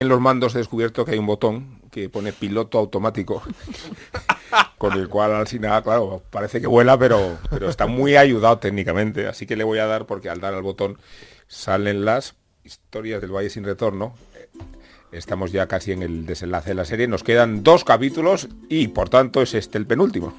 En los mandos he descubierto que hay un botón que pone piloto automático, con el cual al final, claro, parece que vuela, pero está muy ayudado técnicamente, así que le voy a dar, porque al dar al botón salen las historias del Valle sin retorno. Estamos ya casi en el desenlace de la serie, nos quedan 2 capítulos y por tanto es este el penúltimo.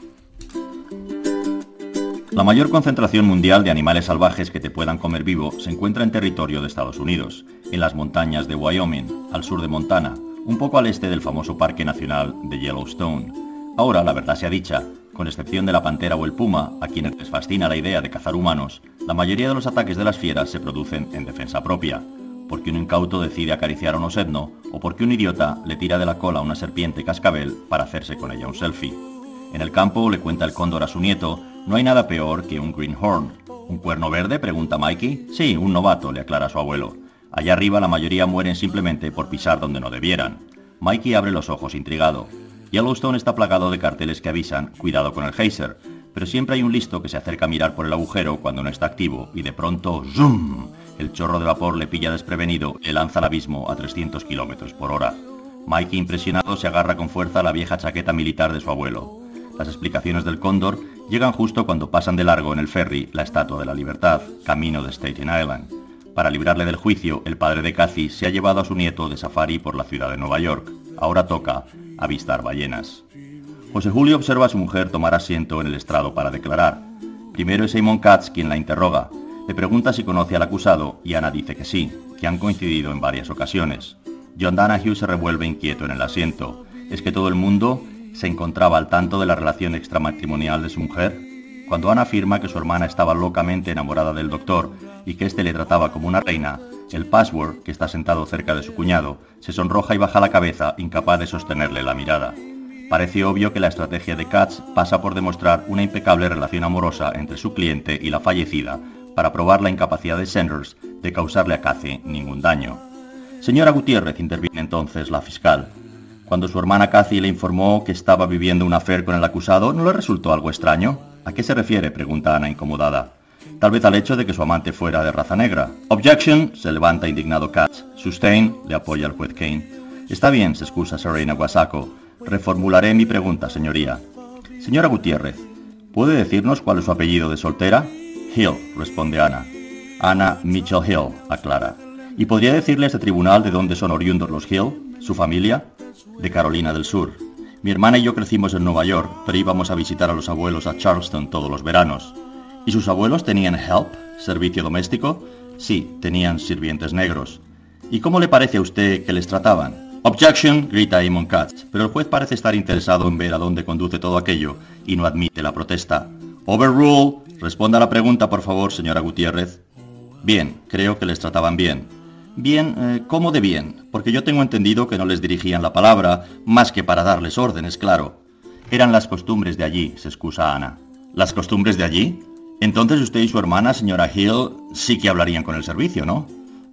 La mayor concentración mundial de animales salvajes que te puedan comer vivo se encuentra en territorio de Estados Unidos, en las montañas de Wyoming, al sur de Montana, un poco al este del famoso Parque Nacional de Yellowstone. Ahora, la verdad sea dicha, con excepción de la pantera o el puma, a quienes les fascina la idea de cazar humanos, la mayoría de los ataques de las fieras se producen en defensa propia, porque un incauto decide acariciar a un osedno o porque un idiota le tira de la cola a una serpiente cascabel para hacerse con ella un selfie. En el campo, le cuenta el cóndor a su nieto, no hay nada peor que un greenhorn. ¿Un cuerno verde?, pregunta Mikey. Sí, un novato, le aclara su abuelo. Allá arriba la mayoría mueren simplemente por pisar donde no debieran. Mikey abre los ojos intrigado. Yellowstone está plagado de carteles que avisan, cuidado con el geyser, pero siempre hay un listo que se acerca a mirar por el agujero cuando no está activo y de pronto, ¡zoom!, el chorro de vapor le pilla desprevenido y le lanza al abismo a 300 kilómetros por hora. Mikey, impresionado, se agarra con fuerza a la vieja chaqueta militar de su abuelo. Las explicaciones del cóndor llegan justo cuando pasan de largo en el ferry la Estatua de la Libertad, camino de Staten Island. Para librarle del juicio, el padre de Kathy se ha llevado a su nieto de safari por la ciudad de Nueva York. Ahora toca avistar ballenas. José Julio observa a su mujer tomar asiento en el estrado para declarar. Primero es Simon Katz quien la interroga. Le pregunta si conoce al acusado y Ana dice que sí, que han coincidido en varias ocasiones. John Donahue se revuelve inquieto en el asiento. ¿Es que todo el mundo se encontraba al tanto de la relación extramatrimonial de su mujer? Cuando Ana afirma que su hermana estaba locamente enamorada del doctor y que éste le trataba como una reina, el password, que está sentado cerca de su cuñado, se sonroja y baja la cabeza, incapaz de sostenerle la mirada. Parece obvio que la estrategia de Katz pasa por demostrar una impecable relación amorosa entre su cliente y la fallecida, para probar la incapacidad de Sanders de causarle a Kathy ningún daño. Señora Gutiérrez, interviene entonces la fiscal. Cuando su hermana Kathy le informó que estaba viviendo un affair con el acusado, ¿no le resultó algo extraño? ¿A qué se refiere?, pregunta Ana, incomodada. Tal vez al hecho de que su amante fuera de raza negra. Objection, se levanta indignado Katz. Sustain, le apoya el juez Kane. Está bien, se excusa Serena Guasaco. Reformularé mi pregunta, señoría. Señora Gutiérrez, ¿puede decirnos cuál es su apellido de soltera? Hill, responde Ana. Ana Mitchell Hill, aclara. ¿Y podría decirle a este tribunal de dónde son oriundos los Hill? ¿Su familia? De Carolina del Sur. Mi hermana y yo crecimos en Nueva York, pero íbamos a visitar a los abuelos a Charleston todos los veranos. ¿Y sus abuelos tenían help, servicio doméstico? Sí, tenían sirvientes negros. ¿Y cómo le parece a usted que les trataban? Objection, grita Eamon Katz, pero el juez parece estar interesado en ver a dónde conduce todo aquello y no admite la protesta. Overrule, responda a la pregunta, por favor, señora Gutiérrez. Bien, creo que les trataban bien. Bien, ¿cómo de bien? Porque yo tengo entendido que no les dirigían la palabra, más que para darles órdenes, claro. Eran las costumbres de allí, se excusa Ana. ¿Las costumbres de allí? Entonces usted y su hermana, señora Hill, sí que hablarían con el servicio, ¿no?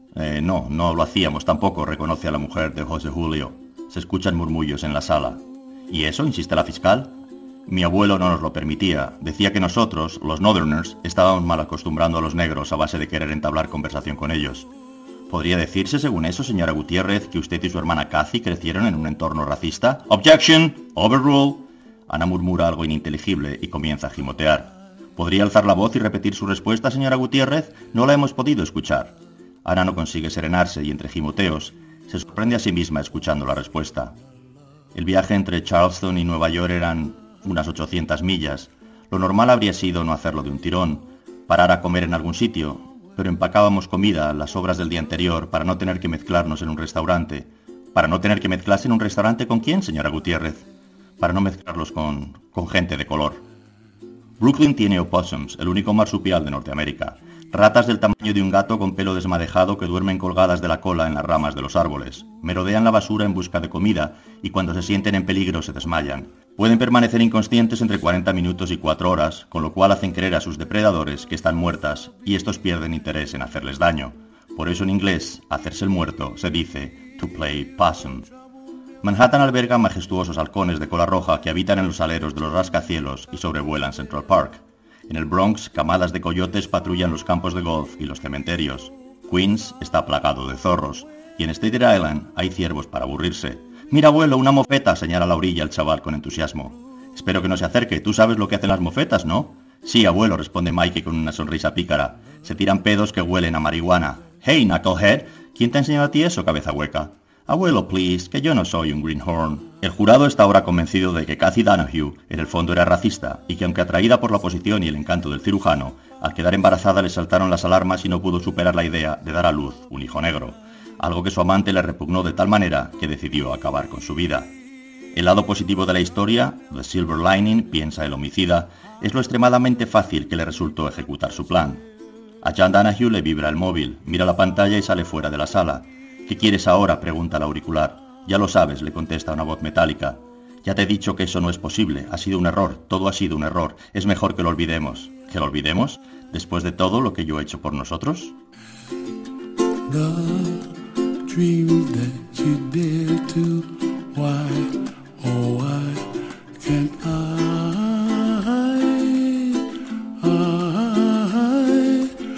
No lo hacíamos tampoco, reconoce a la mujer de José Julio. Se escuchan murmullos en la sala. ¿Y eso?, insiste la fiscal. Mi abuelo no nos lo permitía. Decía que nosotros, los Northerners, estábamos mal acostumbrando a los negros a base de querer entablar conversación con ellos. ¿Podría decirse, según eso, señora Gutiérrez, que usted y su hermana Kathy crecieron en un entorno racista? Objection, overrule. Ana murmura algo ininteligible y comienza a gimotear. ¿Podría alzar la voz y repetir su respuesta, señora Gutiérrez? No la hemos podido escuchar. Ana no consigue serenarse y entre gimoteos se sorprende a sí misma escuchando la respuesta. El viaje entre Charleston y Nueva York eran unas 800 millas. Lo normal habría sido no hacerlo de un tirón, parar a comer en algún sitio, pero empacábamos comida, las sobras del día anterior, para no tener que mezclarnos en un restaurante. ¿Para no tener que mezclarse en un restaurante con quién, señora Gutiérrez? Para no mezclarlos con gente de color. Brooklyn tiene opossums, el único marsupial de Norteamérica. Ratas del tamaño de un gato con pelo desmadejado que duermen colgadas de la cola en las ramas de los árboles. Merodean la basura en busca de comida y cuando se sienten en peligro se desmayan. Pueden permanecer inconscientes entre 40 minutos y 4 horas, con lo cual hacen creer a sus depredadores que están muertas y estos pierden interés en hacerles daño. Por eso en inglés, hacerse el muerto se dice to play possum. Manhattan alberga majestuosos halcones de cola roja que habitan en los aleros de los rascacielos y sobrevuelan Central Park. En el Bronx, camadas de coyotes patrullan los campos de golf y los cementerios. Queens está plagado de zorros. y en Stater Island hay ciervos para aburrirse. «Mira, abuelo, una mofeta», señala a la orilla el chaval con entusiasmo. «Espero que no se acerque. Tú sabes lo que hacen las mofetas, ¿no?» «Sí, abuelo», responde Mikey con una sonrisa pícara. «Se tiran pedos que huelen a marihuana». «Hey, knucklehead, ¿quién te ha enseñado a ti eso, cabeza hueca?» «Abuelo, please, que yo no soy un greenhorn». El jurado está ahora convencido de que Cathy Donahue en el fondo era racista y que aunque atraída por la posición y el encanto del cirujano, al quedar embarazada le saltaron las alarmas y no pudo superar la idea de dar a luz un hijo negro, algo que su amante le repugnó de tal manera que decidió acabar con su vida. El lado positivo de la historia, The Silver Lining, piensa el homicida, es lo extremadamente fácil que le resultó ejecutar su plan. A John Donahue le vibra el móvil, mira la pantalla y sale fuera de la sala. «¿Qué quieres ahora?», pregunta el auricular. «Ya lo sabes», le contesta una voz metálica. «Ya te he dicho que eso no es posible, ha sido un error, todo ha sido un error, es mejor que lo olvidemos». ¿Que lo olvidemos? ¿Después de todo lo que yo he hecho por nosotros? The